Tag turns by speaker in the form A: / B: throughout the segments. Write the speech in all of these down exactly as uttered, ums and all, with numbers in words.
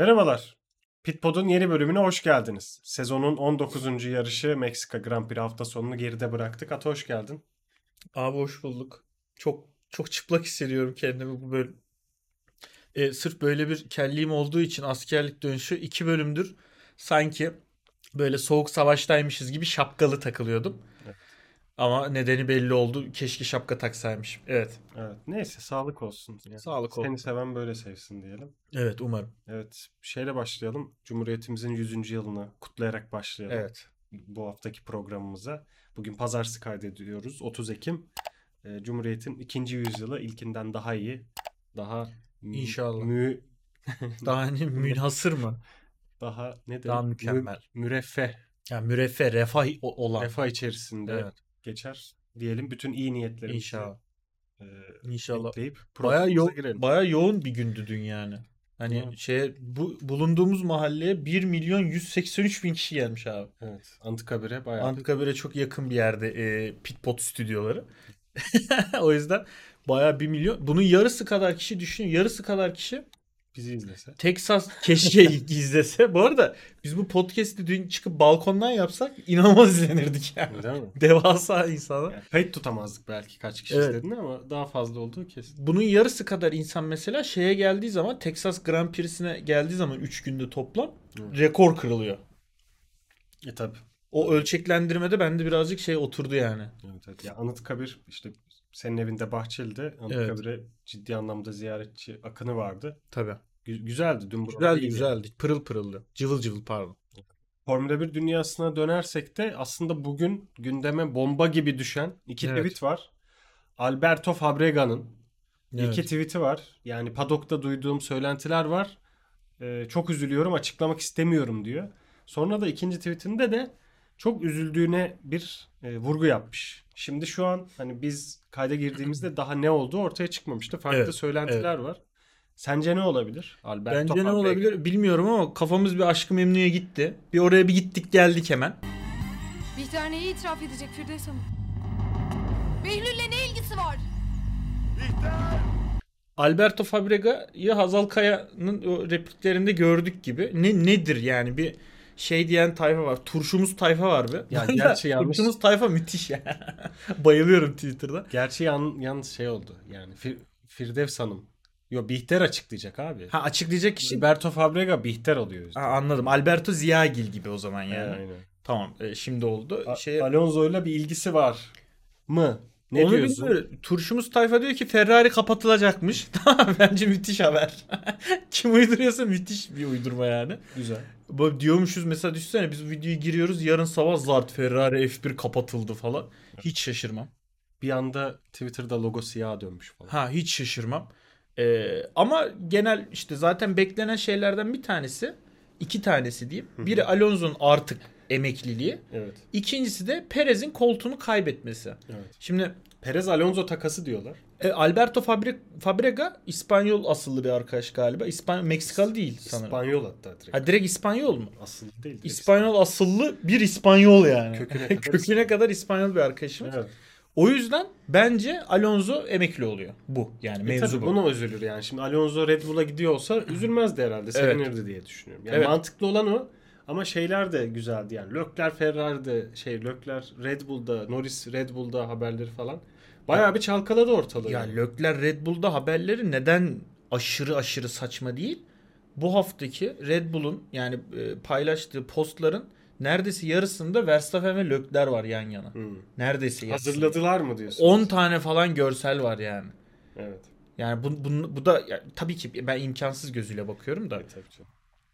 A: Merhabalar. Pitpod'un yeni bölümüne hoş geldiniz. Sezonun on dokuzuncu yarışı Meksika Grand Prix hafta sonunu geride bıraktık. Ata hoş geldin.
B: Abi hoş bulduk. Çok çok çıplak hissediyorum kendimi bu bölüm. E, sırf böyle bir kelliğim olduğu için askerlik dönüşü iki bölümdür sanki böyle soğuk savaştaymışız gibi şapkalı takılıyordum.
A: Evet.
B: Ama nedeni belli oldu. Keşke şapka taksaymışım. Evet.
A: Evet. Neyse sağlık olsun. Yani
B: Sağlık
A: seni
B: olsun.
A: seven böyle sevsin diyelim.
B: Evet umarım.
A: Evet. Şeyle başlayalım. Cumhuriyetimizin yüzüncü yılını kutlayarak başlayalım.
B: Evet.
A: Bu haftaki programımıza. Bugün pazartesi kaydediyoruz. otuz Ekim. Ee, Cumhuriyet'in ikinci yüzyılı ilkinden daha iyi. Daha mü...
B: İnşallah.
A: mü-
B: Daha hani münhasır mı?
A: daha ne
B: Daha
A: demek? Mü,
B: mükemmel.
A: müreffeh.
B: Yani müreffeh, refah o- olan.
A: Refah içerisinde
B: Evet.
A: geçer diyelim. Bütün iyi niyetlerimizi
B: İnşallah.
A: e,
B: İnşallah.
A: ekleyip
B: Baya
A: programımıza
B: yo
A: girelim.
B: baya yoğun bir gündü dün yani. Hani
A: Evet.
B: şey bu bulunduğumuz mahalleye bir milyon yüz seksen üç bin kişi gelmiş abi.
A: Evet. Anıtkabir'e bayağı bir...
B: Anıtkabir'e çok yakın bir yerde e, Pitpot stüdyoları. O yüzden baya bir milyon. Bunun yarısı kadar kişi düşünüyor. Yarısı kadar kişi
A: bizi izlese.
B: Texas keşke izlese. Bu arada biz bu podcast'i dün çıkıp balkondan yapsak inanılmaz izlenirdik yani.
A: Değil mi?
B: Devasa insanlar.
A: Yani kayıt tutamazdık belki kaç kişi
B: Evet.
A: izlediğini ama daha fazla olduğu kesin.
B: Bunun yarısı kadar insan mesela şeye geldiği zaman, Texas Grand Prix'sine geldiği zaman üç günde toplam
A: Evet.
B: rekor kırılıyor.
A: E tabi.
B: O ölçeklendirmede bende birazcık şey oturdu yani.
A: Evet, evet. Ya Anıtkabir işte senin evinde Bahçeli'de Anıtkabir'e ciddi anlamda ziyaretçi akını vardı.
B: Tabii.
A: Gü- güzeldi. Dün
B: Güzeldi
A: iyiydi.
B: güzeldi. Pırıl pırıldı. Cıvıl cıvıl pardon.
A: Formula bir dünyasına dönersek de aslında bugün gündeme bomba gibi düşen iki
B: Evet.
A: tweet var. Alberto Fabrega'nın
B: Evet.
A: iki tweet'i var. Yani paddock'ta duyduğum söylentiler var. Ee, çok üzülüyorum, açıklamak istemiyorum diyor. Sonra da ikinci tweetinde de çok üzüldüğüne bir e, vurgu yapmış. Şimdi şu an hani biz kayda girdiğimizde daha ne olduğu ortaya çıkmamıştı. Farklı
B: Evet,
A: söylentiler var. Sence ne olabilir? Alberto
B: Bence ne
A: Fabrega.
B: olabilir bilmiyorum ama kafamız bir Aşk-ı Memnu'ya gitti. Bir oraya bir gittik geldik hemen.
C: Bihter neyi itiraf edecek Firdevs Hanım? Behlül'le ne ilgisi var?
B: Alberto Fabrega'yı Hazal Kaya'nın o repliklerinde gördük gibi. Ne nedir yani bir şey diyen tayfa var. Turşumuz tayfa var bir.
A: Ya gerçi yanlış.
B: Turşumuz tayfa müthiş ya. Bayılıyorum Twitter'da.
A: Gerçi yan, yalnız şey oldu. Yani Fir, Firdevs Hanım. Yo Bihter açıklayacak abi.
B: Ha açıklayacak kişi.
A: Alberto Fabrega Bihter oluyor.
B: Ha, anladım. Alberto Ziyagil gibi o zaman yani.
A: Aynen.
B: Tamam e, şimdi oldu.
A: A-
B: Şey
A: Alonso'yla bir ilgisi var mı? Ne
B: Onu
A: diyorsun?
B: bilmiyorum. Turşumuz tayfa diyor ki Ferrari kapatılacakmış. Tamam bence müthiş haber. Kim uyduruyorsa müthiş bir uydurma yani.
A: Güzel.
B: Böyle diyormuşuz mesela düşünsene biz bu videoyu giriyoruz yarın sabah zart Ferrari F bir kapatıldı falan. Hiç şaşırmam.
A: Bir anda Twitter'da logo siyaha dönmüş falan.
B: Ha hiç şaşırmam. Ee, ama genel işte zaten beklenen şeylerden bir tanesi, iki tanesi diyeyim. Biri Alonso'nun artık emekliliği.
A: Evet.
B: İkincisi de Perez'in koltuğunu kaybetmesi.
A: Evet.
B: Şimdi
A: Perez Alonso takası diyorlar.
B: E, Alberto Fabre- Fabrega İspanyol asıllı bir arkadaş galiba. İspanyol Meksikalı değil sanırım.
A: İspanyol hatta direkt.
B: Ha direkt İspanyol mu?
A: Asıl değil. direkt
B: İspanyol asıllı bir İspanyol yani.
A: Köküne kadar
B: Köküne kadar İspanyol bir arkadaşımız.
A: Evet.
B: O yüzden bence Alonso emekli oluyor. Bu yani
A: E
B: mevzu
A: tabii
B: bu.
A: buna üzülür yani. Şimdi Alonso Red Bull'a gidiyor olsa üzülmezdi herhalde. Sevinirdi diye düşünüyorum. Yani
B: Evet.
A: mantıklı olan o. Ama şeyler de güzeldi yani. Leclerc Ferrari'de şey Leclerc Red Bull'da, Norris Red Bull'da haberleri falan. Bayağı bir çalkaladı ortalığı.
B: Ya
A: yani.
B: Leclerc Red Bull'da haberleri neden aşırı aşırı saçma değil? Bu haftaki Red Bull'un yani e, paylaştığı postların neredeyse yarısında Verstappen ve Leclerc var yan yana.
A: Hmm.
B: Neredeyse yarısı.
A: Hazırladılar mı diyorsun?
B: on tane falan görsel var yani.
A: Evet.
B: Yani bu, bu, bu da ya, tabii ki ben imkansız gözüyle bakıyorum da
A: Evet, tabii canım.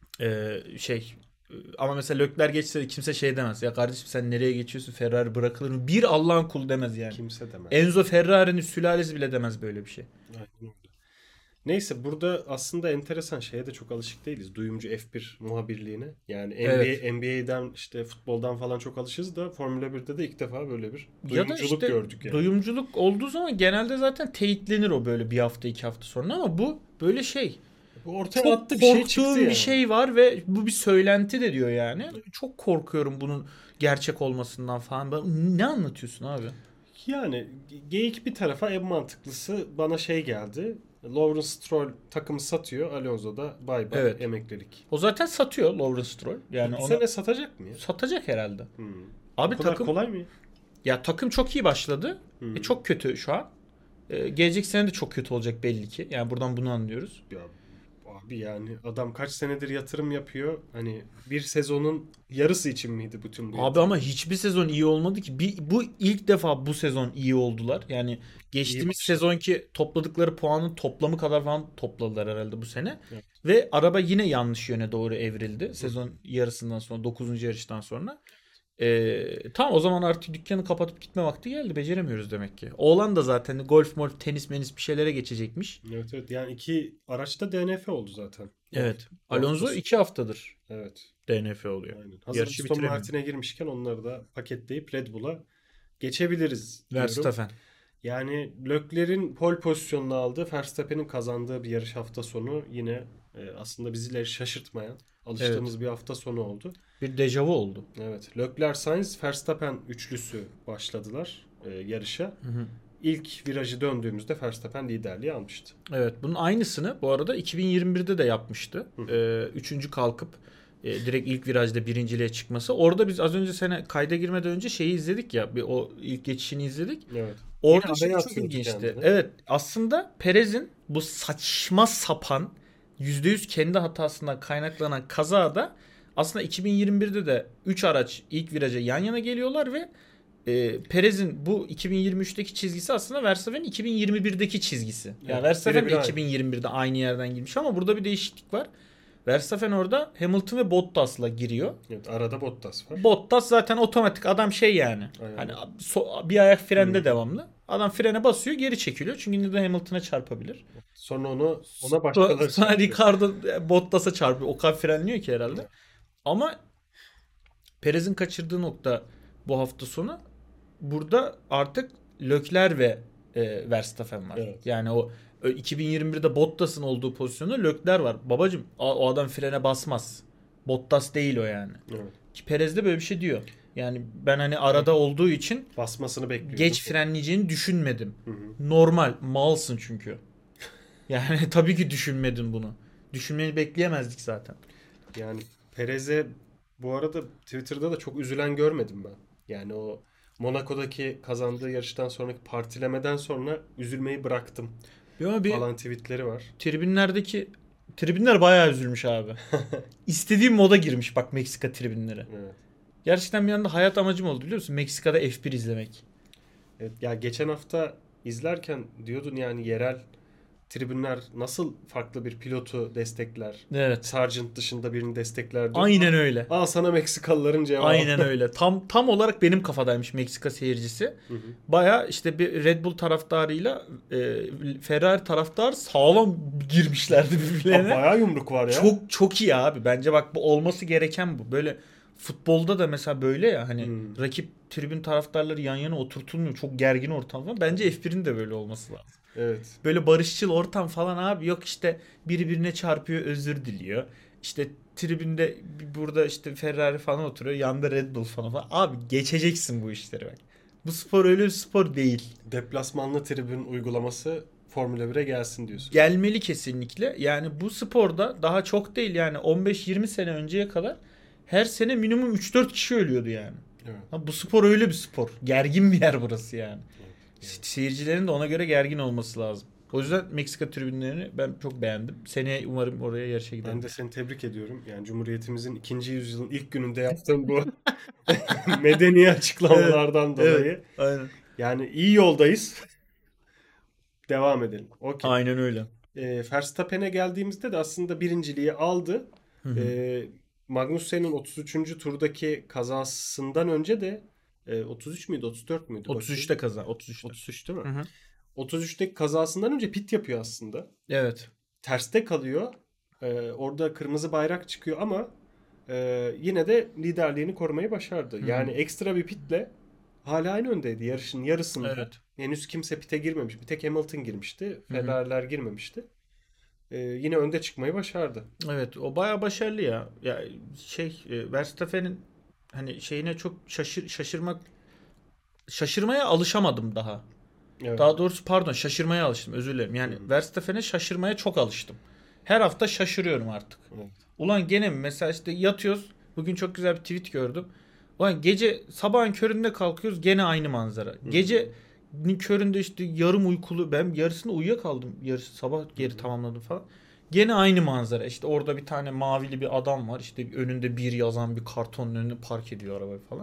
B: e, şey e, ama mesela Leclerc geçse de kimse şey demez. Ya kardeşim sen nereye geçiyorsun? Ferrari bırakılır mı? Bir Allah'ın kulu demez yani.
A: Kimse demez.
B: Enzo Ferrari'nin sülalesi bile demez böyle bir şey.
A: Aynen öyle. Neyse burada aslında enteresan şeye de çok alışık değiliz. Duyumcu F bir muhabirliğine. Yani N B A,
B: Evet.
A: N B A'den işte futboldan falan çok alışırız da Formula birde de ilk defa böyle bir
B: Ya da
A: duyumculuk
B: işte
A: gördük yani.
B: duyumculuk olduğu zaman genelde zaten teyitlenir o böyle bir hafta iki hafta sonra ama bu böyle şey.
A: Bu ortaya
B: Çok
A: attı bir şey çıktı
B: korktuğum
A: yani.
B: bir şey var ve bu bir söylenti de diyor yani. Çok korkuyorum bunun gerçek olmasından falan. Ben- Ne anlatıyorsun abi?
A: Yani geyik bir tarafa en mantıklısı bana şey geldi. Ee, Lawrence Stroll takımı satıyor. Alonso da bay bay
B: Evet.
A: emeklilik.
B: O zaten satıyor Lawrence Stroll. Yani
A: Bu
B: onu
A: sene satacak mı ya?
B: satacak herhalde.
A: Hmm.
B: Abi
A: Bu kadar
B: takım
A: kolay mı?
B: ya takım çok iyi başladı.
A: Hmm.
B: E, çok kötü şu an. E, gelecek sene de çok kötü olacak belli ki. Yani buradan bunu anlıyoruz.
A: Ya abi yani adam kaç senedir yatırım yapıyor. Hani bir sezonun yarısı için miydi bütün bu
B: Abi
A: yatırım?
B: ama hiçbir sezon iyi olmadı ki. Bir, bu ilk defa bu sezon iyi oldular. Yani geçtiğimiz
A: başladı.
B: sezonki topladıkları puanın toplamı kadar falan topladılar herhalde bu sene.
A: Evet.
B: Ve araba yine yanlış yöne doğru evrildi. Sezon yarısından sonra, dokuzuncu yarıştan sonra. Ee, tamam o zaman artık dükkanı kapatıp gitme vakti geldi. Beceremiyoruz demek ki. Oğlan da zaten golf, molf, tenis, menis bir şeylere geçecekmiş.
A: Evet evet yani iki araçta D N F oldu zaten.
B: Evet.
A: Doğru.
B: Alonso iki haftadır
A: Evet.
B: D N F oluyor.
A: Aynen. Hazır
B: Yarışı
A: Aston
B: bitiremiyor.
A: Martin'e girmişken onları da paketleyip Red Bull'a geçebiliriz diyorum.
B: Verstappen.
A: Yani Leclerc'in pole pozisyonunu aldığı, Verstappen'in kazandığı bir yarış hafta sonu yine e, aslında bizleri şaşırtmayan, alıştığımız bir hafta sonu oldu.
B: Bir dejavu oldu.
A: Evet. Leclerc, Sainz, Verstappen üçlüsü başladılar e, yarışa.
B: Hı hı.
A: İlk virajı döndüğümüzde Verstappen liderliği almıştı.
B: Evet, bunun aynısını bu arada iki bin yirmi birde de yapmıştı.
A: Hı.
B: Ee, üçüncü kalkıp e, direkt ilk virajda birinciliğe çıkması. Orada biz az önce sene kayda girmeden önce şeyi izledik ya, bir o ilk geçişini izledik.
A: Evet.
B: Orada
A: Yine
B: şey
A: araya
B: çok
A: atıyordu
B: ilginçti.
A: kendini.
B: Evet, aslında Perez'in bu saçma sapan yüzde yüz kendi hatasından kaynaklanan kazada aslında iki bin yirmi birde de üç araç ilk viraja yan yana geliyorlar ve e, Perez'in bu iki bin yirmi üçteki çizgisi aslında Verstappen'in iki bin yirmi birdeki çizgisi. Yani
A: Evet,
B: Verstappen
A: birebir
B: de iki bin yirmi birde aynı yerden girmiş ama burada bir değişiklik var. Verstappen orada Hamilton ve Bottas'la giriyor.
A: Evet, arada Bottas var.
B: Bottas zaten otomatik adam şey yani.
A: Aynen.
B: Hani so- bir ayak frende
A: Hı.
B: devamlı. Adam frene basıyor, geri çekiliyor. Çünkü neden Hamilton'a çarpabilir.
A: Sonra onu ona başkaları
B: Sonra, sonra
A: çarpıyor.
B: Ricardo Bottas'a çarpıyor. O kadar frenliyor ki herhalde.
A: Evet.
B: Ama Perez'in kaçırdığı nokta bu hafta sonu, burada artık Leclerc ve e, Verstappen var.
A: Evet.
B: Yani o ö- iki bin yirmi birde Bottas'ın olduğu pozisyonda Leclerc var. Babacım o, o adam frene basmaz. Bottas değil o yani.
A: Evet.
B: Ki Perez de böyle bir şey diyor. Yani ben hani arada olduğu için
A: Basmasını bekliyor.
B: geç frenleyeceğini düşünmedim.
A: Hı hı.
B: Normal. Malsın çünkü. Yani tabii ki düşünmedin bunu. Düşünmeni bekleyemezdik zaten.
A: Yani Perez'e bu arada Twitter'da da çok üzülen görmedim ben. Yani o Monaco'daki kazandığı yarıştan sonraki partilemeden sonra üzülmeyi bıraktım
B: Ama bir
A: falan tweetleri var.
B: tribünlerdeki tribünler bayağı üzülmüş abi. İstediğim moda girmiş bak Meksika tribünleri.
A: Evet.
B: Gerçekten bir anda hayat amacım oldu biliyor musun? Meksika'da F bir izlemek.
A: Evet, ya geçen hafta izlerken diyordun yani yerel tribünler nasıl farklı bir pilotu destekler.
B: Evet.
A: Sargent dışında birini destekler diyordun.
B: Aynen öyle.
A: Al sana Meksikalıların cevabı.
B: Aynen öyle. Tam tam olarak benim kafadaymış Meksika seyircisi.
A: Hı hı.
B: Baya işte bir Red Bull taraftarıyla e, Ferrari taraftar sağlam girmişlerdi
A: Aa,
B: birbirlerine.
A: bayağı yumruk var ya.
B: Çok çok iyi abi. Bence bak bu olması gereken bu. Böyle futbolda da mesela böyle ya hani
A: Hmm.
B: rakip tribün taraftarları yan yana oturtulmuyor. Çok gergin ortam falan. Bence F birin de böyle olması lazım.
A: Evet.
B: Böyle barışçıl ortam falan abi, yok işte biri birine çarpıyor özür diliyor. İşte tribünde burada işte Ferrari falan oturuyor, yanda Red Bull falan falan. Abi geçeceksin bu işleri bak. Bu spor öyle bir spor değil.
A: Deplasmanlı tribün uygulaması Formula bire gelsin diyorsun.
B: Gelmeli kesinlikle. Yani bu sporda daha çok değil yani on beş yirmi sene önceye kadar her sene minimum üç dört kişi ölüyordu yani.
A: Evet.
B: Ha, bu spor öyle bir spor. Gergin bir yer burası yani.
A: Evet.
B: Seyircilerin de ona göre gergin olması lazım. O yüzden Meksika tribünlerini ben çok beğendim. Seneye umarım oraya yarışa giderim.
A: Ben de seni tebrik ediyorum. Yani Cumhuriyetimizin ikinci yüzyılın ilk gününde yaptığım bu medeni açıklamalardan dolayı.
B: Evet, aynen.
A: Yani iyi yoldayız. Devam edelim. Okey.
B: Aynen öyle.
A: E, Verstappen'e geldiğimizde de aslında birinciliği aldı.
B: Hı hı.
A: E, Magnussen'in otuz üçüncü turdaki kazasından önce de e, otuz üç müydü otuz dört müydü?
B: otuz üçte kazan. otuz üçte.
A: otuz üç değil mi?
B: Hı hı.
A: otuz üçteki kazasından önce pit yapıyor aslında.
B: Evet.
A: Terste kalıyor. Ee, orada kırmızı bayrak çıkıyor ama e, yine de liderliğini korumayı başardı.
B: Hı.
A: Yani ekstra bir pitle hala aynı öndeydi yarışın yarısında.
B: Evet.
A: Henüz kimse pite girmemiş. Bir tek Hamilton girmişti. Ferrari'ler girmemişti. Ee, yine önde çıkmayı başardı.
B: Evet, o bayağı başarılı ya. Ya şey e, Verstappen'in hani şeyine çok şaşır şaşırmak şaşırmaya alışamadım daha.
A: Evet.
B: Daha doğrusu pardon şaşırmaya alıştım, özür dilerim. Yani
A: Hı.
B: Verstappen'e şaşırmaya çok alıştım. Her hafta şaşırıyorum artık.
A: Evet.
B: Ulan gene mi? Mesela işte yatıyoruz. Bugün çok güzel bir tweet gördüm. Ulan gece sabahın köründe kalkıyoruz, gene aynı manzara.
A: Hı.
B: Gece köründe işte yarım uykulu, ben yarısında uyuyakaldım. Yarısı sabah geri
A: Hı.
B: tamamladım falan. Gene aynı manzara. İşte orada bir tane mavili bir adam var. İşte önünde bir yazan bir kartonun önüne park ediyor arabayı falan.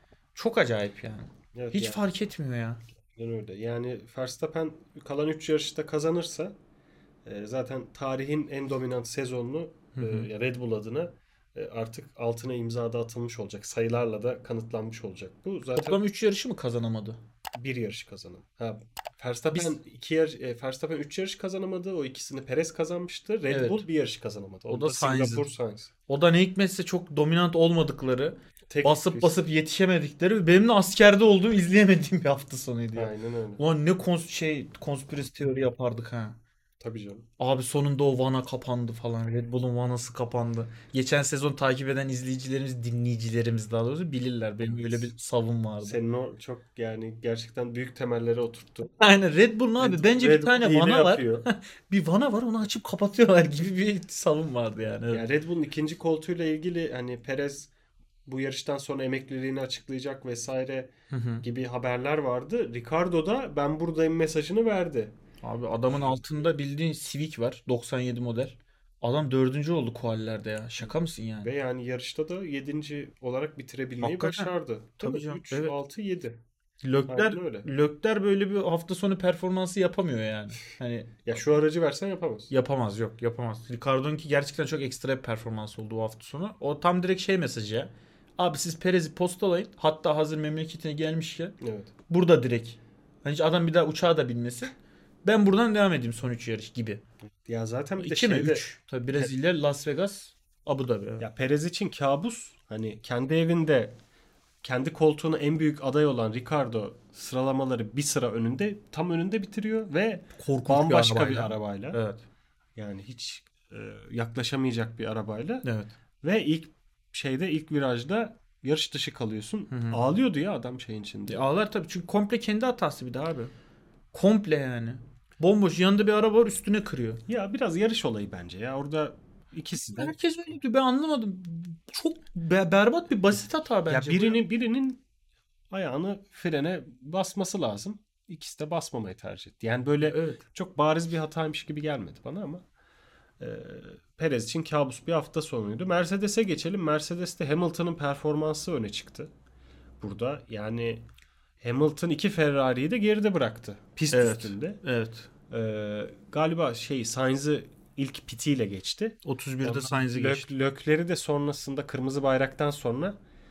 B: Çok acayip yani.
A: Evet,
B: Hiç
A: yani,
B: fark etmiyor ya.
A: yani öyle. Yani Verstappen kalan üç yarışta kazanırsa e, zaten tarihin en dominant sezonunu
B: Hı
A: e,
B: hı.
A: ya Red Bull adına e, artık altına imza da atılmış olacak. Sayılarla da kanıtlanmış olacak. Bu zaten
B: Toplam üç yarışı mı kazanamadı?
A: bir yarış kazanan. Ha, Verstappen
B: Biz
A: iki yarış, e, Verstappen üç yarış kazanamadı. O ikisini Perez kazanmıştı. Red
B: evet.
A: Bull bir yarış kazanamadı.
B: O
A: O
B: da
A: da Singapur
B: Sainz'in.
A: Sainz.
B: O da ne hikmetse çok dominant olmadıkları,
A: Tek
B: basıp
A: pist.
B: basıp yetişemedikleri ve benim de askerde olduğum izleyemediğim bir hafta sonuydu ya.
A: Aynen öyle.
B: Ulan ne kons şey konspirasi teori yapardık ha.
A: Tabii canım.
B: Abi sonunda o vana kapandı falan. Red Bull'un vanası kapandı. Geçen sezon takip eden izleyicilerimiz, dinleyicilerimiz daha doğrusu bilirler. Benim öyle bir savım vardı.
A: Senin o çok yani gerçekten büyük temellere oturttu.
B: Aynen Red Bull'un abi
A: Red,
B: bence
A: Red
B: bir tane
A: Bull hile
B: vana var.
A: yapıyor.
B: Bir vana var, onu açıp kapatıyorlar gibi bir savım vardı yani. Evet.
A: Yani Red Bull'un ikinci koltuğuyla ilgili hani Perez bu yarıştan sonra emekliliğini açıklayacak vesaire
B: Hı hı.
A: gibi haberler vardı. Ricardo da ben buradayım mesajını verdi.
B: Abi adamın altında bildiğin Civic var. doksan yedi model. Adam dördüncü oldu quali'lerde ya. Şaka mısın yani?
A: Ve yani yarışta da yedinci olarak bitirebilmeyi
B: Hakikaten.
A: başardı. Değil
B: Tabii
A: mi?
B: canım,
A: üç,
B: evet.
A: altı, yedi.
B: Lökler,
A: Aynen öyle.
B: Lökler böyle bir hafta sonu performansı yapamıyor yani. Hani
A: Ya şu aracı versen yapamaz.
B: yapamaz, yok yapamaz. Ricardo'nunki gerçekten çok ekstra bir performans oldu o hafta sonu. O tam direkt şey mesajı ya. Abi siz Perez'i postalayın. Hatta hazır memleketine gelmişken
A: Evet.
B: burada direkt. Hani hiç adam bir daha uçağa da binmesin. Ben buradan devam edeyim son üç yarış gibi.
A: Ya zaten bir de
B: iki mi?
A: şeyde
B: üç. Tabii Brezilya, Las Vegas, Abu Dhabi. Evet.
A: ya Perez için kabus. Hani kendi evinde kendi koltuğuna en büyük aday olan Ricardo sıralamaları bir sıra önünde, tam önünde bitiriyor ve
B: Korkunç
A: bambaşka
B: bir
A: bir
B: arabayla.
A: arabayla.
B: Evet.
A: Yani hiç e, yaklaşamayacak bir arabayla
B: Evet.
A: ve ilk şeyde ilk virajda yarış dışı kalıyorsun.
B: Hı hı.
A: Ağlıyordu ya adam şeyin içinde.
B: E, ağlar tabii çünkü komple kendi hatası bir de abi. Komple yani. Bomboş yanında bir araba var, üstüne kırıyor.
A: Ya biraz yarış olayı bence ya. Orada ikisi de.
B: Herkes öyle diyor. Ben anlamadım. Çok be- berbat bir basit hata
A: Ya
B: bence. bu ya.
A: birinin birinin ayağını frene basması lazım. İkisi de basmamayı tercih etti. Yani böyle
B: Evet.
A: çok bariz bir hataymış gibi gelmedi bana ama e, Perez için kabus bir hafta sonuydu. Mercedes'e geçelim. Mercedes'te Hamilton'ın performansı öne çıktı burada. Yani Hamilton iki Ferrari'yi de geride bıraktı. Pist
B: Evet.
A: üstünde.
B: Evet.
A: E, galiba şey Sainz'ı ilk pitiyle geçti.
B: otuz birde
A: Ondan
B: Sainz'i
A: Lök-
B: geçti.
A: Lökleri de sonrasında kırmızı bayraktan sonra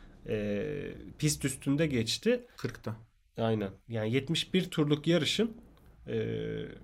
A: e, pist üstünde geçti.
B: kırkta.
A: Aynen. Yani yetmiş bir turluk yarışın e,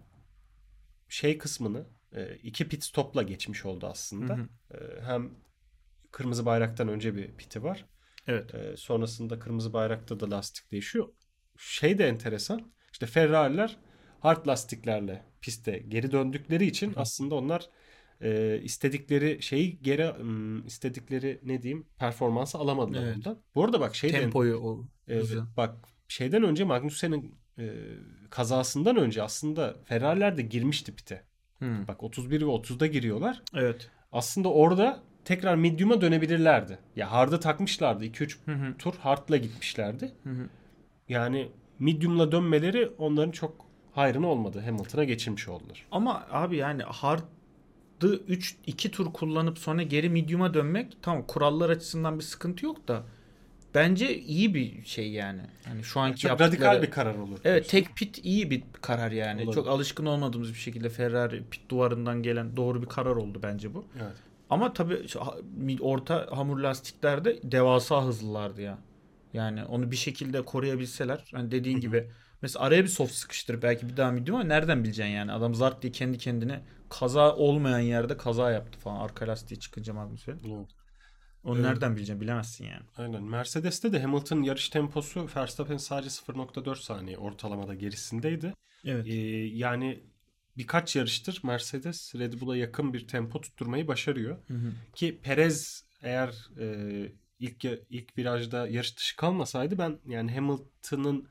A: şey kısmını e, iki pit stopla geçmiş oldu aslında.
B: Hı hı.
A: E, hem kırmızı bayraktan önce bir piti var.
B: Evet.
A: E, sonrasında kırmızı bayrakta da lastik değişiyor. Şey de enteresan. İşte Ferrari'ler hard lastiklerle piste geri döndükleri için
B: Hı hı.
A: aslında onlar e, istedikleri şeyi geri ım, istedikleri ne diyeyim performansı alamadılar
B: Evet.
A: ondan. Bu arada bak şey de
B: Tempoyu o
A: e,
B: hızı.
A: bak şeyden önce Magnussen'in e, kazasından önce aslında Ferrari'ler de girmişti pite.
B: Hı.
A: Bak otuz bir ve otuzda giriyorlar.
B: Evet.
A: Aslında orada tekrar medium'a dönebilirlerdi. Ya hard'ı takmışlardı. iki üç
B: Hı hı.
A: tur hard'la gitmişlerdi.
B: Hı hı.
A: Yani medium'la dönmeleri onların çok hayrına olmadı. Hamilton'a geçirmiş oldular.
B: Ama abi yani hard'ı üç iki tur kullanıp sonra geri medium'a dönmek tamam, kurallar açısından bir sıkıntı yok da bence iyi bir şey yani. Hani şu anki
A: Çok
B: yaptıkları...
A: radikal bir karar olur.
B: Evet, tek pit iyi bir karar yani.
A: Olabilir.
B: Çok alışkın olmadığımız bir şekilde Ferrari pit duvarından gelen doğru bir karar oldu bence bu.
A: Evet.
B: Ama tabii şu ha- mi- orta hamur lastiklerde devasa hızlılardı ya. Yani onu bir şekilde koruyabilseler. Hani dediğin
A: Hı hı.
B: gibi mesela araya bir soft sıkıştırıp belki bir daha medium ama nereden bileceksin yani? Adam zart diye kendi kendine kaza olmayan yerde kaza yaptı falan. Arka lastiği çıkınca Magnussen.
A: Evet.
B: Onu
A: Evet.
B: nereden bileceksin? Bilemezsin yani.
A: Aynen. Mercedes'te de Hamilton'ın yarış temposu Verstappen'in sadece sıfır nokta dört saniye ortalamada gerisindeydi.
B: Evet.
A: Ee, yani birkaç yarıştır Mercedes Red Bull'a yakın bir tempo tutturmayı başarıyor.
B: Hı hı.
A: Ki Perez eğer e, ilk ilk virajda yarış dışı kalmasaydı ben yani Hamilton'ın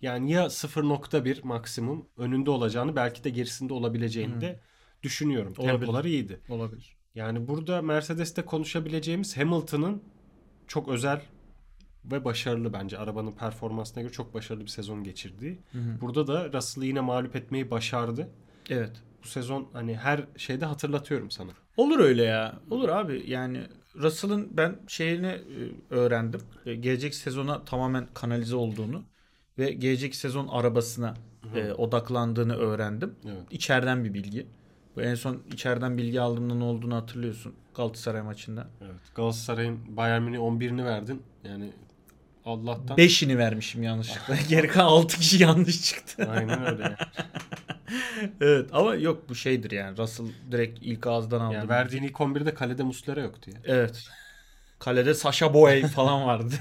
A: Yani ya sıfır nokta bir maksimum önünde olacağını, belki de gerisinde olabileceğini
B: Hmm.
A: de düşünüyorum.
B: Olabilir.
A: Tempoları iyiydi.
B: Olabilir.
A: Yani burada Mercedes'te konuşabileceğimiz Hamilton'ın çok özel ve başarılı, bence arabanın performansına göre çok başarılı bir sezon geçirdiği.
B: Hı hı.
A: Burada da Russell'ı yine mağlup etmeyi başardı.
B: Evet.
A: Bu sezon hani her şeyde hatırlatıyorum sana.
B: Olur öyle ya. Olur abi. Yani Russell'ın ben şeyini e, öğrendim. E, Gelecek sezona tamamen kanalize olduğunu ve gelecek sezon arabasına e, odaklandığını öğrendim.
A: Evet.
B: İçeriden bir bilgi. Bu en son içeriden bilgi aldığımda ne olduğunu hatırlıyorsun Galatasaray maçında.
A: Evet. Galatasaray'ın Bayern Münih on birini verdin. Yani Allah'tan.
B: beşini vermişim yanlışlıkla. Geri kalan altı kişi yanlış çıktı.
A: Aynen öyle. Yani.
B: Evet ama yok bu şeydir yani. Russell direkt ilk ağızdan aldı.
A: Yani verdiğin ilk on birde kalede Muslera yoktu ya.
B: Evet. Kalede Sasha Boy falan vardı.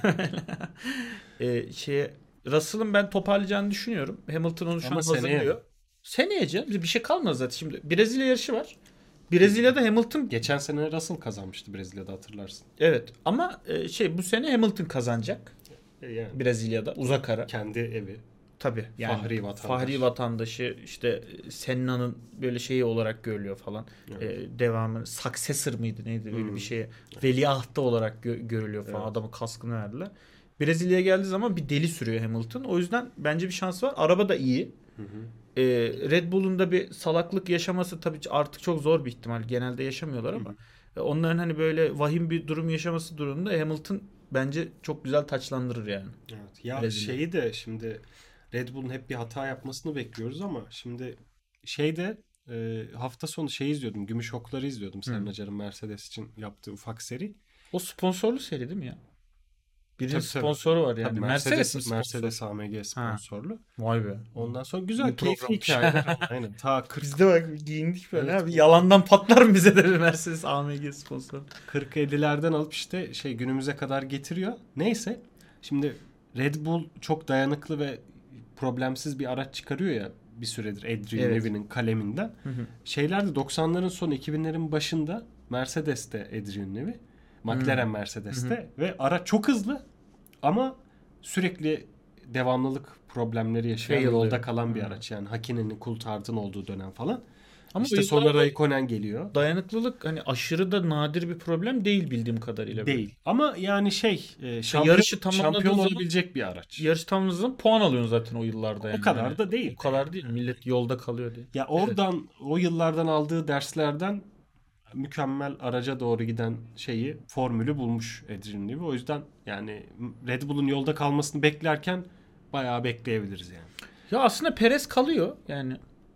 B: ee, şeye Russell'ın ben toparlayacağını düşünüyorum. Hamilton onu şu
A: Ama
B: an
A: seneye.
B: hazırlıyor. Seneye canım bir şey kalmaz zaten. Şimdi Brezilya yarışı var. Brezilya'da Hamilton
A: Geçen sene Russell kazanmıştı Brezilya'da, hatırlarsın.
B: evet ama e, şey bu sene Hamilton kazanacak
A: Yani
B: Brezilya'da uzak ara.
A: kendi evi.
B: Tabii yani
A: Fahri vatandaş.
B: Fahri vatandaşı işte Senna'nın böyle şeyi olarak görülüyor falan.
A: Evet.
B: Ee, devamı successor mıydı neydi öyle
A: Hmm.
B: bir şeye veliahtı olarak gö- görülüyor falan.
A: Evet.
B: Adamın kaskını verdiler. Brezilya'ya geldiği zaman bir deli sürüyor Hamilton. O yüzden bence bir şans var. Araba da iyi.
A: Hı hı.
B: Ee, Red Bull'un da bir salaklık yaşaması tabii artık çok zor bir ihtimal. Genelde yaşamıyorlar ama e, onların hani böyle vahim bir durum yaşaması durumunda Hamilton bence çok güzel taçlandırır yani.
A: Evet. Ya
B: Brezilya.
A: şeyi de şimdi Red Bull'un hep bir hata yapmasını bekliyoruz ama şimdi şeyde e, hafta sonu şey izliyordum. Gümüş Okları izliyordum. Senin Acar'ın Mercedes için yaptığı ufak seri.
B: O sponsorlu seri değil mi ya? Birinin
A: Tabii, tabii.
B: sponsoru var yani.
A: Tabii
B: Mercedes,
A: Mercedes,
B: mi sponsor?
A: Mercedes A M G sponsorlu.
B: Vay be.
A: Ondan sonra güzel
B: İyi
A: keyifli
B: programmış.
A: hikayeler. Aynen. Ta kırk
B: Biz de bak giyindik böyle
A: Evet.
B: abi. Yalandan patlar mı bize de bir Mercedes A M G sponsor?
A: kırk ellilerden alıp işte şey günümüze kadar getiriyor. Neyse. Şimdi Red Bull çok dayanıklı ve problemsiz bir araç çıkarıyor ya bir süredir Adrian
B: Evet.
A: Newey'nin kaleminden.
B: Hı hı.
A: Şeylerde doksanların sonu iki binlerin başında Mercedes'te Adrian Newey, McLaren Mercedes'te ve araç çok hızlı ama sürekli devamlılık problemleri yaşayan,
B: Fail
A: yolda
B: oluyor.
A: kalan bir
B: Hı.
A: araç. Yani Hakkini'nin Coulthard'ın olduğu dönem falan.
B: Ama
A: işte
B: bu
A: sonra
B: yıllarda
A: Raikkonen geliyor.
B: dayanıklılık hani aşırı da nadir bir problem değil bildiğim kadarıyla.
A: Değil. Ama yani şey e, şampiyon,
B: yarışı tamamladığı
A: şampiyon
B: zaman-
A: olabilecek bir araç.
B: Yarış tamamladığın puan alıyorsun zaten o yıllarda. Yani.
A: O kadar
B: Yani
A: da değil.
B: O kadar değil. Millet yolda kalıyor diye.
A: Ya oradan o yıllardan aldığı derslerden mükemmel araca doğru giden şeyi, formülü bulmuş Adrian Newey. O yüzden yani Red Bull'un yolda kalmasını beklerken bayağı bekleyebiliriz yani.
B: Ya aslında Perez kalıyor yani.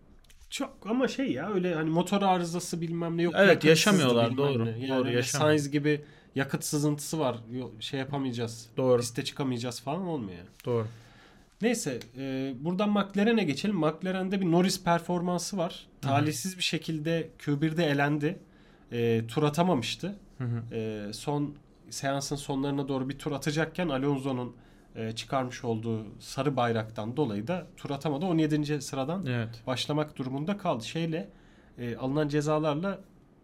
A: Çok ama şey ya öyle hani motor arızası bilmem ne yok.
B: Evet,
A: yakıt
B: yaşamıyorlar,
A: sızdı bilmem
B: doğru.
A: ne. Yani
B: Doğru,
A: öyle
B: yaşamıyor.
A: Sainz gibi yakıt sızıntısı var. Yok, şey yapamayacağız.
B: Doğru.
A: Piste çıkamayacağız falan olmuyor.
B: Doğru.
A: Neyse e, buradan McLaren'e geçelim. McLaren'de bir Norris performansı var. Talihsiz bir şekilde Q birde elendi. E, tur atamamıştı.
B: Hı hı.
A: E, son seansın sonlarına doğru bir tur atacakken Alonso'nun e, çıkarmış olduğu sarı bayraktan dolayı da tur atamadı. on yedinci sıradan
B: Evet.
A: başlamak durumunda kaldı. Şeyle e, alınan cezalarla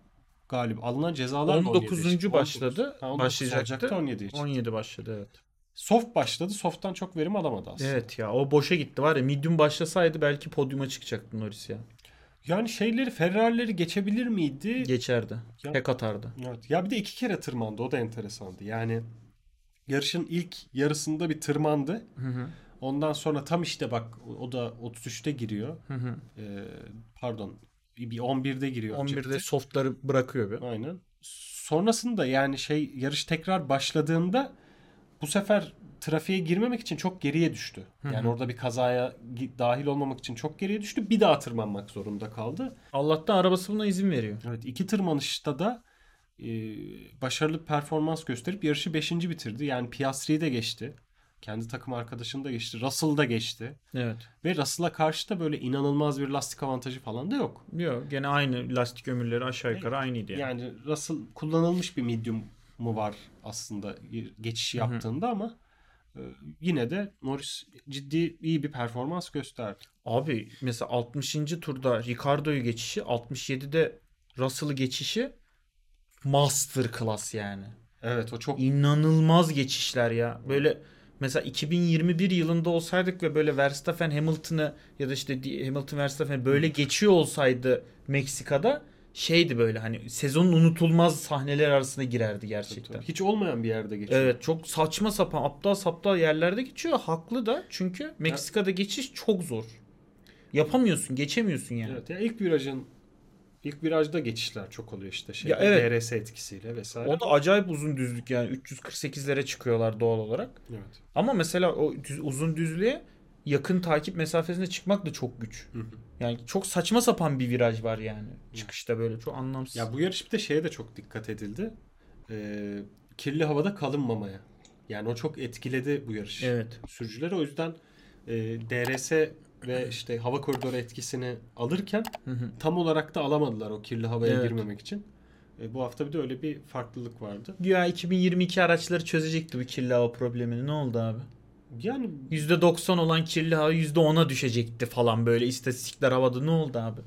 A: galip. Alınan cezalar
B: on
A: on yedi
B: dokuzuncu
A: için.
B: başladı.
A: on dokuz. Ha, on dokuz
B: Başlayacaktı.
A: olacaktı, on yedi için.
B: on yedi başladı evet.
A: Soft başladı. Soft'tan çok verim alamadı aslında.
B: Evet ya o boşa gitti var ya medium başlasaydı belki podyuma çıkacaktı Norris ya.
A: Yani şeyleri Ferrari'leri geçebilir miydi?
B: Geçerdi.
A: Ya-
B: Tek atardı.
A: Evet. Ya bir de iki kere tırmandı. O da enteresandı. Yani yarışın ilk yarısında bir tırmandı.
B: Hı hı.
A: Ondan sonra tam işte bak o da otuz üçte giriyor.
B: Hı hı.
A: Ee, pardon bir on birde giriyor.
B: on birde
A: objektif.
B: softları bırakıyor bir.
A: Aynen. Sonrasında yani şey yarış tekrar başladığında bu sefer trafiğe girmemek için çok geriye düştü. Yani orada bir kazaya gi- dahil olmamak için çok geriye düştü. Bir daha tırmanmak zorunda kaldı.
B: Allah'tan arabası buna izin veriyor.
A: Evet, iki tırmanışta da e, başarılı bir performans gösterip yarışı beşinci bitirdi. Yani Piastri'yi de geçti. Kendi takım arkadaşını da geçti. Russell'ı da geçti.
B: Evet.
A: Ve Russell'a karşı da böyle inanılmaz bir lastik avantajı falan da yok.
B: Yok gene aynı lastik ömürleri aşağı yukarı aynıydı yani.
A: Yani Russell kullanılmış bir medium mu var aslında geçişi yaptığında ama e, yine de Norris ciddi iyi bir performans gösterdi.
B: Abi mesela altmışıncı turda Ricardo'yu geçişi, altmış yedide Russell'ı geçişi master class yani.
A: Evet o çok
B: İnanılmaz geçişler ya. Böyle mesela iki bin yirmi bir yılında olsaydık ve böyle Verstappen Hamilton'ı ya da işte di- Hamilton Verstappen böyle geçiyor olsaydı Meksika'da şeydi, böyle hani sezonun unutulmaz sahneler arasına girerdi gerçekten.
A: Tabii, hiç olmayan bir yerde geçiyor.
B: Evet, çok saçma sapan aptal saptal yerlerde geçiyor. Haklı da, çünkü Meksika'da geçiş çok zor. Yapamıyorsun, geçemiyorsun yani.
A: Evet, ya ilk virajın ilk virajda geçişler çok oluyor işte şey
B: Ya evet.
A: D R S etkisiyle vesaire.
B: O da acayip uzun düzlük yani, üç yüz kırk sekizlere çıkıyorlar doğal olarak.
A: Evet.
B: Ama mesela o düz- uzun düzlüğe yakın takip mesafesine çıkmak da çok güç.
A: Hı hı.
B: Yani çok saçma sapan bir viraj var yani. Çıkışta böyle çok anlamsız.
A: Ya bu yarış bir de şeye de çok dikkat edildi. Ee, kirli havada kalınmamaya. Yani o çok etkiledi bu yarış.
B: Evet.
A: Sürücüleri o yüzden e, D R S ve işte hava koridoru etkisini alırken
B: Hı hı.
A: tam olarak da alamadılar o kirli havaya
B: Evet.
A: girmemek için. E, bu hafta bir de öyle bir farklılık vardı.
B: Güya iki bin yirmi iki araçları çözecekti bu kirli hava problemini. Ne oldu abi?
A: Yani
B: yüzde doksan olan kirli hava yüzde ona düşecekti falan, böyle istatistikler havada. Ne oldu abi?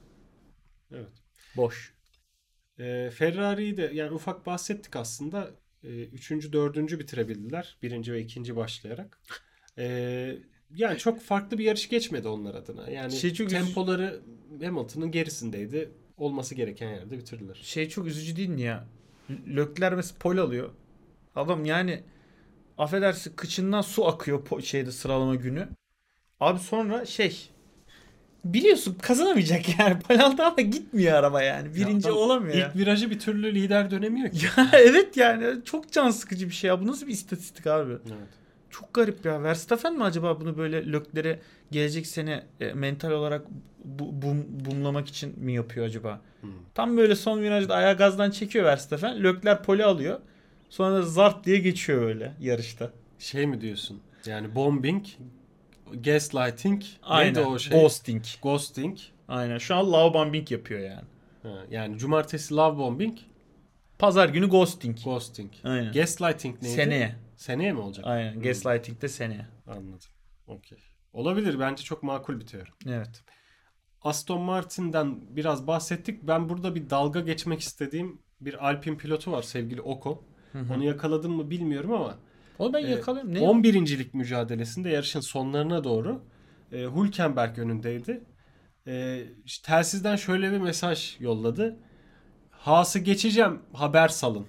A: evet.
B: Boş.
A: E, Ferrari'yi de yani ufak bahsettik aslında. E, üçüncü, dördüncü bitirebildiler. Birinci ve ikinci başlayarak. E, yani çok farklı bir yarış geçmedi onlar adına. Yani
B: Şey çok
A: tempoları Hamilton'ın gerisindeydi. Olması gereken yerde bitirdiler.
B: Şey çok üzücü değil mi ya? Lökler mesela pole alıyor. Adam yani, affedersin, kıçından su akıyor po- şeyde sıralama günü. Abi sonra şey, biliyorsun kazanamayacak yani. Pole aldı ama gitmiyor araba yani. Birinci
A: adam
B: olamıyor ya.
A: İlk virajı bir türlü lider dönemiyor ki.
B: Ya evet yani, çok can sıkıcı bir şey ya. Bu nasıl bir istatistik abi?
A: Evet.
B: Çok garip ya. Verstappen mi acaba bunu böyle löklere gelecek sene e, mental olarak bu, bum, bumlamak için mi yapıyor acaba?
A: Hmm.
B: Tam böyle son virajda ayağı gazdan çekiyor Verstappen. Lökler pole alıyor. Sonra da zart diye geçiyor böyle yarışta.
A: Şey mi diyorsun? Yani bombing, gaslighting,
B: Aynen.
A: neydi o şey?
B: Ghosting.
A: Ghosting.
B: Aynen. Şu an love bombing yapıyor yani.
A: Ha, yani cumartesi love bombing,
B: Pazar günü ghosting.
A: ghosting.
B: Aynen.
A: Gaslighting neydi?
B: Seneye.
A: Seneye mi olacak?
B: Aynen.
A: Hmm.
B: Gaslighting de seneye.
A: Anladım. Okey. Olabilir. Bence çok makul bir teori.
B: Evet.
A: Aston Martin'den biraz bahsettik. Ben burada bir dalga geçmek istediğim bir Alpine pilotu var, sevgili Ocon.
B: Hı hı.
A: Onu yakaladın mı bilmiyorum ama
B: Onu ben
A: e,
B: yakalıyorum. Ne?
A: on birincilik mücadelesinde yarışın sonlarına doğru e, Hülkenberg önündeydi. E, işte telsizden şöyle bir mesaj yolladı. Haas'ı geçeceğim, haber salın.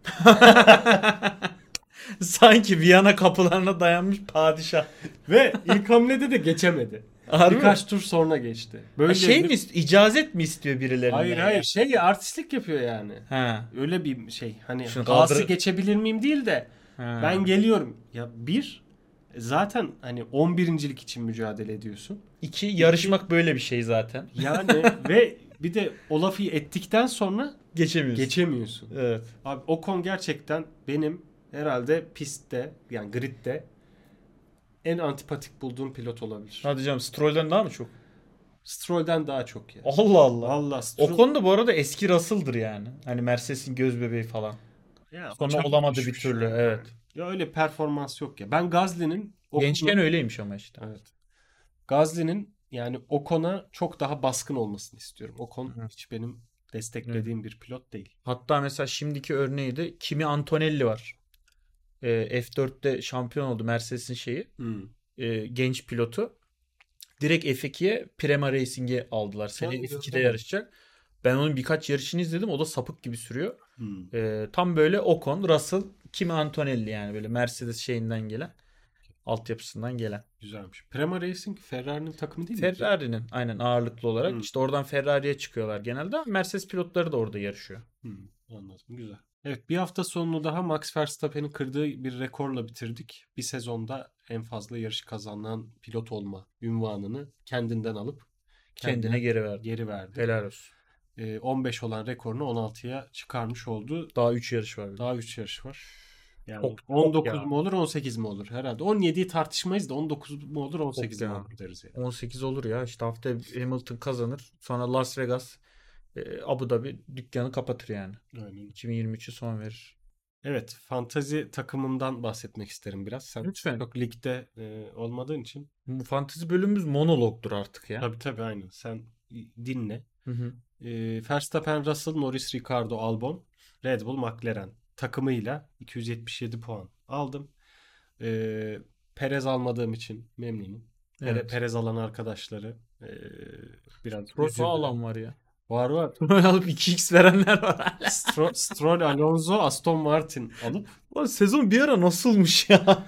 B: Sanki Viyana kapılarına dayanmış padişah.
A: Ve ilk hamlede de geçemedi.
B: Harbi
A: Birkaç
B: mi?
A: tur sonra geçti. Böyle
B: şey
A: bir-
B: mi istiyor? İcazet mi istiyor birilerinden?
A: Hayır
B: ya?
A: hayır şey ya, artistlik yapıyor yani.
B: Ha.
A: Öyle bir şey. Hani
B: Şunu
A: Haas'ı
B: kaldır-
A: geçebilir miyim değil de
B: Ha.
A: ben geliyorum. Ya bir zaten hani on birincilik için mücadele ediyorsun.
B: İki, yarışmak böyle bir şey zaten.
A: Yani ve bir de o lafı ettikten sonra
B: Geçemiyorsun.
A: geçemiyorsun.
B: Evet.
A: Abi Ocon gerçekten benim herhalde pistte yani gridde en antipatik bulduğum pilot olabilir.
B: Hadi canım, Stroll'den daha mı çok?
A: Stroll'den daha çok ya.
B: Allah Allah.
A: Vallahi Stroll...
B: O konuda bu arada eski Russell'dır yani. Hani Mercedes'in göz bebeği falan.
A: Ya,
B: Sonra
A: çok
B: olamadı bir
A: düşmüş
B: türlü,
A: ya.
B: evet.
A: Ya öyle performans yok ya. Ben Gasly'nin Ocon'u-
B: Gençken öyleymiş ama işte.
A: Evet. Gasly'nin yani Ocon'a çok daha baskın olmasını istiyorum. Ocon
B: Hı.
A: hiç benim desteklediğim bir pilot değil.
B: Hatta mesela şimdiki örneği de Kimi Antonelli var. Ee, F dörtte şampiyon oldu, Mercedes'in şeyi.
A: Hmm.
B: Ee, genç pilotu. Direkt F ikiye Prema Racing'e aldılar. Seneye
A: Ha,
B: F ikide
A: gördüm.
B: yarışacak. Ben onun birkaç yarışını izledim. O da sapık gibi sürüyor.
A: Hmm.
B: Ee, tam böyle Ocon, Russell, Kimi Antonelli, yani böyle Mercedes şeyinden gelen, altyapısından gelen.
A: Güzelmiş. Prema Racing Ferrari'nin takımı değil mi?
B: Ferrari'nin aynen ağırlıklı olarak.
A: Hmm.
B: İşte oradan Ferrari'ye çıkıyorlar genelde ama Mercedes pilotları da orada yarışıyor.
A: Hmm, anladım. Güzel. Evet, bir hafta sonunu daha Max Verstappen'in kırdığı bir rekorla bitirdik. Bir sezonda en fazla yarış kazanan pilot olma ünvanını kendinden alıp
B: Kendine geri verdi.
A: geri verdi.
B: Helal olsun.
A: Ee, on beş olan rekorunu on altıya çıkarmış oldu.
B: Daha üç yarış var.
A: Daha üç yarış var. Yani
B: Çok- çok
A: on dokuz
B: ya.
A: mu olur on sekiz mi olur herhalde. on yediyi tartışmayız da on dokuz mu olur on sekiz mi
B: ya.
A: olur deriz yani.
B: on sekiz olur ya. İşte haftaya Hamilton kazanır. Sonra Las Vegas, e, Abu Dhabi dükkanı kapatır yani.
A: Aynen.
B: iki bin yirmi üçü son verir.
A: Evet, fantazi takımımdan bahsetmek isterim biraz. Sen
B: Lütfen.
A: çok ligde e, olmadığın için.
B: Bu fantezi bölümümüz monologdur artık ya.
A: Tabii tabii aynen. Sen dinle.
B: Hı hı.
A: E, Verstappen, Russell, Norris, Ricardo, Albon, Red Bull, McLaren takımıyla iki yüz yetmiş yedi puan aldım. Ee, Perez almadığım için memnunum. Pere-
B: Evet.
A: Perez alan arkadaşları ee, biraz
B: Stroll
A: üzüldüler.
B: alan var ya.
A: Var var.
B: Stroll alıp iki x verenler var hala.
A: Stroll, Stroll, Alonso, Aston Martin alıp
B: Lan sezon bir ara nasılmış ya?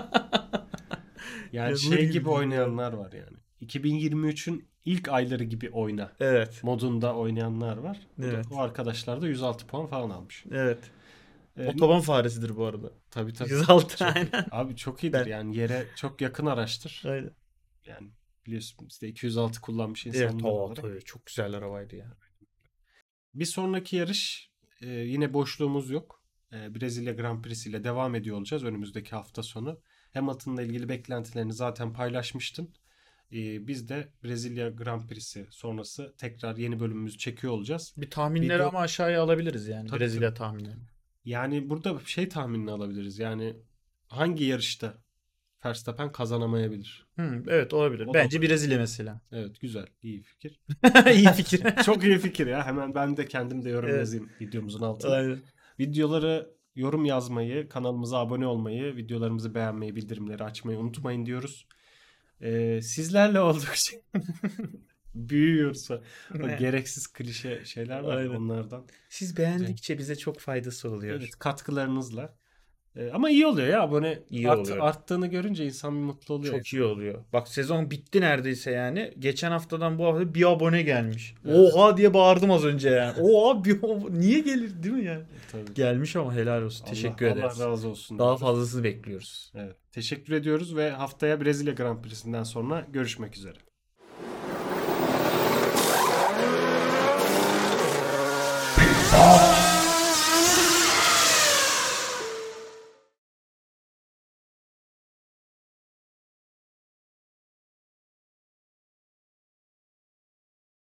A: yani
B: Ya
A: şey
B: nur
A: gibi
B: gibi
A: oynayanlar var yani. iki bin yirmi üçün ilk ayları gibi oyna
B: Evet.
A: modunda oynayanlar var. O da-
B: Evet.
A: O arkadaşlar da yüz altı puan falan almış.
B: Evet.
A: Ee,
B: Otoban faresidir bu arada.
A: tabii tabii.
B: yüz altı
A: Çok-
B: aynen.
A: Abi çok iyidir
B: Ben-
A: yani yere çok yakın araçtır.
B: Aynen.
A: Yani biliyorsun biz de iki yüz altı kullanmış
B: Evet,
A: insanlar
B: o,
A: olarak.
B: tabii çok güzel arabaydı ya.
A: Bir sonraki yarış e, yine boşluğumuz yok. E, Brezilya Grand Prix ile devam ediyor olacağız önümüzdeki hafta sonu. Hamilton'la ilgili beklentilerini zaten paylaşmıştın. E, biz de Brezilya Grand Prix'si sonrası tekrar yeni bölümümüzü çekiyor olacağız.
B: Bir tahminleri
A: Video-
B: ama aşağıya alabiliriz yani.
A: Tabii,
B: Brezilya tahminlerini.
A: Yani burada şey tahminini alabiliriz. Yani hangi yarışta Verstappen kazanamayabilir?
B: Hı, evet olabilir.
A: O da
B: Bence
A: olabilir.
B: Brezilya mesela.
A: Evet güzel, iyi fikir.
B: İyi fikir.
A: Çok iyi fikir ya. Hemen ben de kendim de yorum
B: Evet.
A: yazayım videomuzun altına.
B: Aynen.
A: Videoları yorum yazmayı, kanalımıza abone olmayı, videolarımızı beğenmeyi, bildirimleri açmayı unutmayın diyoruz. Ee, sizlerle oldukça büyüyorsa o
B: Ne?
A: gereksiz klişe şeyler var ya,
B: Aynen.
A: onlardan.
B: Siz beğendikçe bize çok faydası oluyor.
A: Evet, katkılarınızla. Ee, ama iyi oluyor ya abone
B: İyi
A: art-
B: oluyor.
A: arttığını görünce insan bir mutlu oluyor.
B: Çok iyi oluyor. Bak sezon bitti neredeyse yani. Geçen haftadan bu hafta bir abone gelmiş.
A: Evet.
B: Oha diye bağırdım az önce yani. Oha bir niye gelir değil mi yani?
A: Tabii.
B: Gelmiş ama helal olsun.
A: Allah-
B: Teşekkür
A: Allah
B: ederiz.
A: razı olsun.
B: Daha
A: diyoruz.
B: fazlasını bekliyoruz.
A: Evet, teşekkür ediyoruz ve haftaya Brezilya Grand Prix'sinden sonra görüşmek üzere.